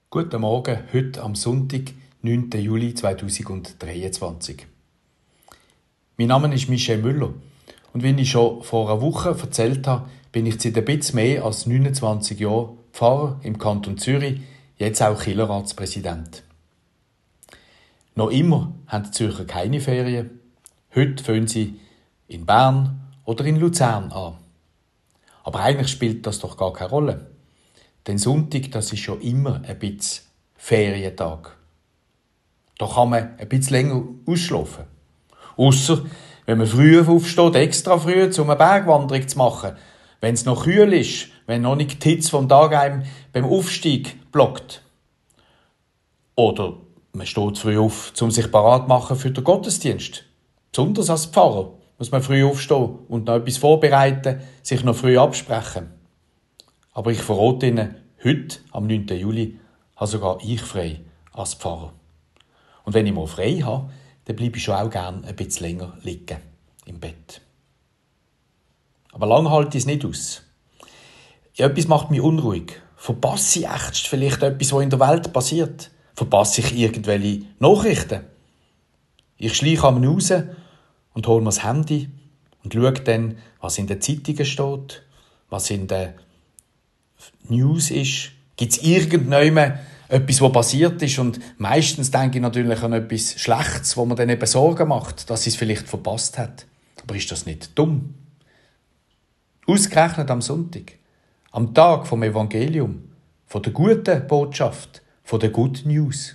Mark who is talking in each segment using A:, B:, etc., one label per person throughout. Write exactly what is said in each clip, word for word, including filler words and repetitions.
A: Guten Morgen, heute am Sonntag, neunten Juli zweitausenddreiundzwanzig. Mein Name ist Michel Müller und wie ich schon vor einer Woche erzählt habe, bin ich seit ein bisschen mehr als neunundzwanzig Jahren Pfarrer im Kanton Zürich, jetzt auch Kirchenratspräsident. Noch immer haben die Zürcher keine Ferien. Heute fangen sie in Bern oder in Luzern an. Aber eigentlich spielt das doch gar keine Rolle. Denn Sonntag, das ist schon immer ein bisschen Ferientag. Da kann man ein bisschen länger ausschlafen. Ausser, wenn man früh aufsteht, extra früh, um eine Bergwanderung zu machen. Wenn es noch kühl ist, wenn noch nicht die Hitze vom Tag einem beim Aufstieg blockt. Oder man steht früh auf, um sich parat zu machen für den Gottesdienst. Besonders als Pfarrer muss man früh aufstehen und noch etwas vorbereiten, sich noch früh absprechen. Aber ich verrate Ihnen, heute, am neunten Juli, habe sogar ich frei als Pfarrer. Und wenn ich mal frei habe, dann bleibe ich schon auch gerne ein bisschen länger liegen im Bett. Aber lange halte ich es nicht aus. Etwas macht mich unruhig. Verpasse ich echt vielleicht etwas, was in der Welt passiert? Verpasse ich irgendwelche Nachrichten? Ich schleiche am raus und hole mir das Handy und schaue dann, was in den Zeitungen steht, was in den News ist. Gibt es irgendjemand etwas, was passiert ist? Und meistens denke ich natürlich an etwas Schlechtes, wo man dann eben Sorgen macht, dass sie es vielleicht verpasst hat. Aber ist das nicht dumm? Ausgerechnet am Sonntag, am Tag vom Evangelium, von der guten Botschaft, von der Good News.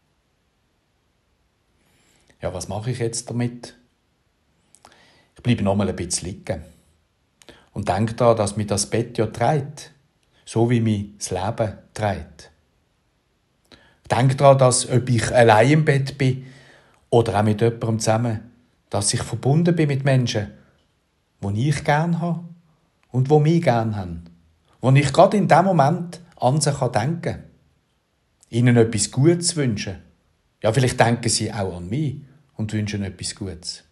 A: Ja, was mache ich jetzt damit? Ich bleibe noch mal ein bisschen liegen und denke daran, dass mich das Bett ja trägt, so wie mich das Leben trägt. Denke daran, dass, ob ich allein im Bett bin oder auch mit jemandem zusammen, dass ich verbunden bin mit Menschen, die ich gerne habe und die mich gerne haben. Wo ich gerade in dem Moment an sie denken kann. Ihnen etwas Gutes wünschen. Ja, vielleicht denken sie auch an mich und wünschen etwas Gutes.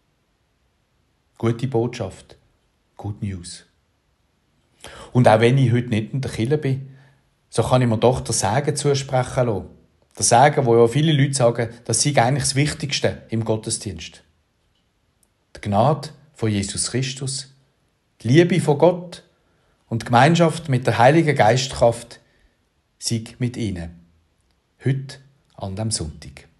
A: Gute Botschaft. Good News. Und auch wenn ich heute nicht in der Kirche bin, so kann ich mir doch das Segen zusprechen lassen. Das Segen, wo ja viele Leute sagen, das sei eigentlich das Wichtigste im Gottesdienst. Die Gnade von Jesus Christus, die Liebe von Gott und die Gemeinschaft mit der Heiligen Geistkraft sei mit Ihnen. Heute an diesem Sonntag.